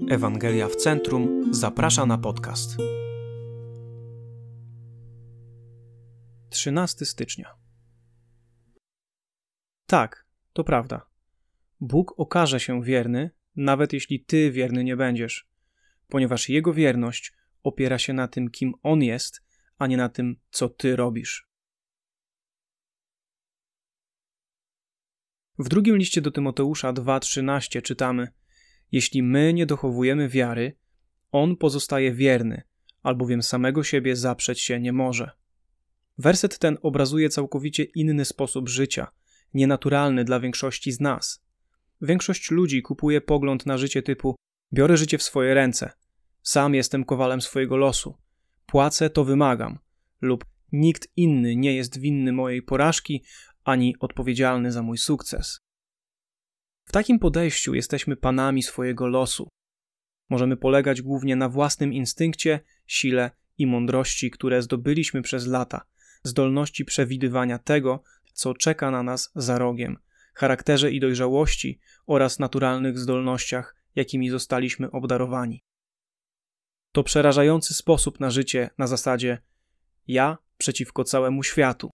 Ewangelia w Centrum zaprasza na podcast. 13 stycznia. Tak, to prawda. Bóg okaże się wierny, nawet jeśli ty wierny nie będziesz, ponieważ Jego wierność opiera się na tym, kim On jest, a nie na tym, co ty robisz. W drugim liście do Tymoteusza 2:13 czytamy: jeśli my nie dochowujemy wiary, On pozostaje wierny, albowiem samego siebie zaprzeć się nie może. Werset ten obrazuje całkowicie inny sposób życia, nienaturalny dla większości z nas. Większość ludzi kupuje pogląd na życie typu: biorę życie w swoje ręce, sam jestem kowalem swojego losu, płacę to wymagam, lub nikt inny nie jest winny mojej porażki, ani odpowiedzialny za mój sukces. W takim podejściu jesteśmy panami swojego losu. Możemy polegać głównie na własnym instynkcie, sile i mądrości, które zdobyliśmy przez lata, zdolności przewidywania tego, co czeka na nas za rogiem, charakterze i dojrzałości oraz naturalnych zdolnościach, jakimi zostaliśmy obdarowani. To przerażający sposób na życie na zasadzie ja przeciwko całemu światu.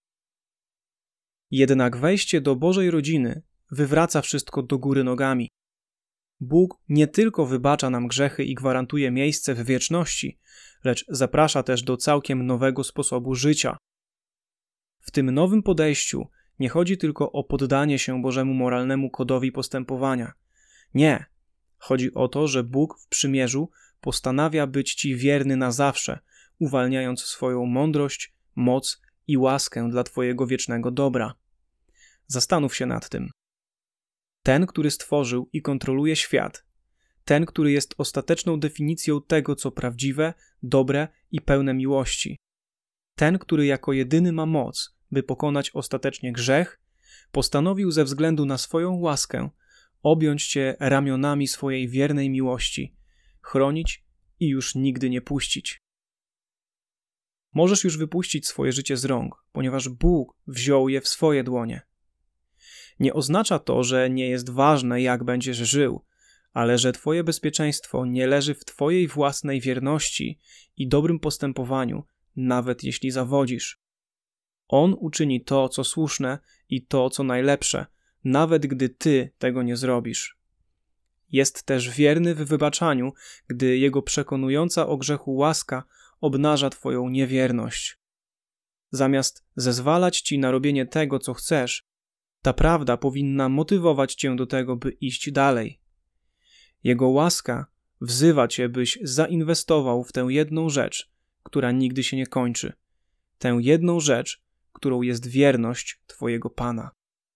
Jednak wejście do Bożej rodziny wywraca wszystko do góry nogami. Bóg nie tylko wybacza nam grzechy i gwarantuje miejsce w wieczności, lecz zaprasza też do całkiem nowego sposobu życia. W tym nowym podejściu nie chodzi tylko o poddanie się Bożemu moralnemu kodowi postępowania. Nie. Chodzi o to, że Bóg w przymierzu postanawia być ci wierny na zawsze, uwalniając swoją mądrość, moc i łaskę dla twojego wiecznego dobra. Zastanów się nad tym. Ten, który stworzył i kontroluje świat, ten, który jest ostateczną definicją tego, co prawdziwe, dobre i pełne miłości, ten, który jako jedyny ma moc, by pokonać ostatecznie grzech, postanowił ze względu na swoją łaskę objąć cię ramionami swojej wiernej miłości, chronić i już nigdy nie puścić. Możesz już wypuścić swoje życie z rąk, ponieważ Bóg wziął je w swoje dłonie. Nie oznacza to, że nie jest ważne, jak będziesz żył, ale że twoje bezpieczeństwo nie leży w twojej własnej wierności i dobrym postępowaniu, nawet jeśli zawodzisz. On uczyni to, co słuszne i to, co najlepsze, nawet gdy ty tego nie zrobisz. Jest też wierny w wybaczaniu, gdy Jego przekonująca o grzechu łaska obnaża twoją niewierność. Zamiast zezwalać ci na robienie tego, co chcesz, ta prawda powinna motywować cię do tego, by iść dalej. Jego łaska wzywa cię, byś zainwestował w tę jedną rzecz, która nigdy się nie kończy. Tę jedną rzecz, którą jest wierność twojego Pana.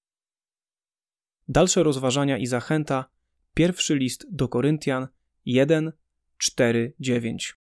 Dalsze rozważania i zachęta. Pierwszy list do Koryntian 1:4-9.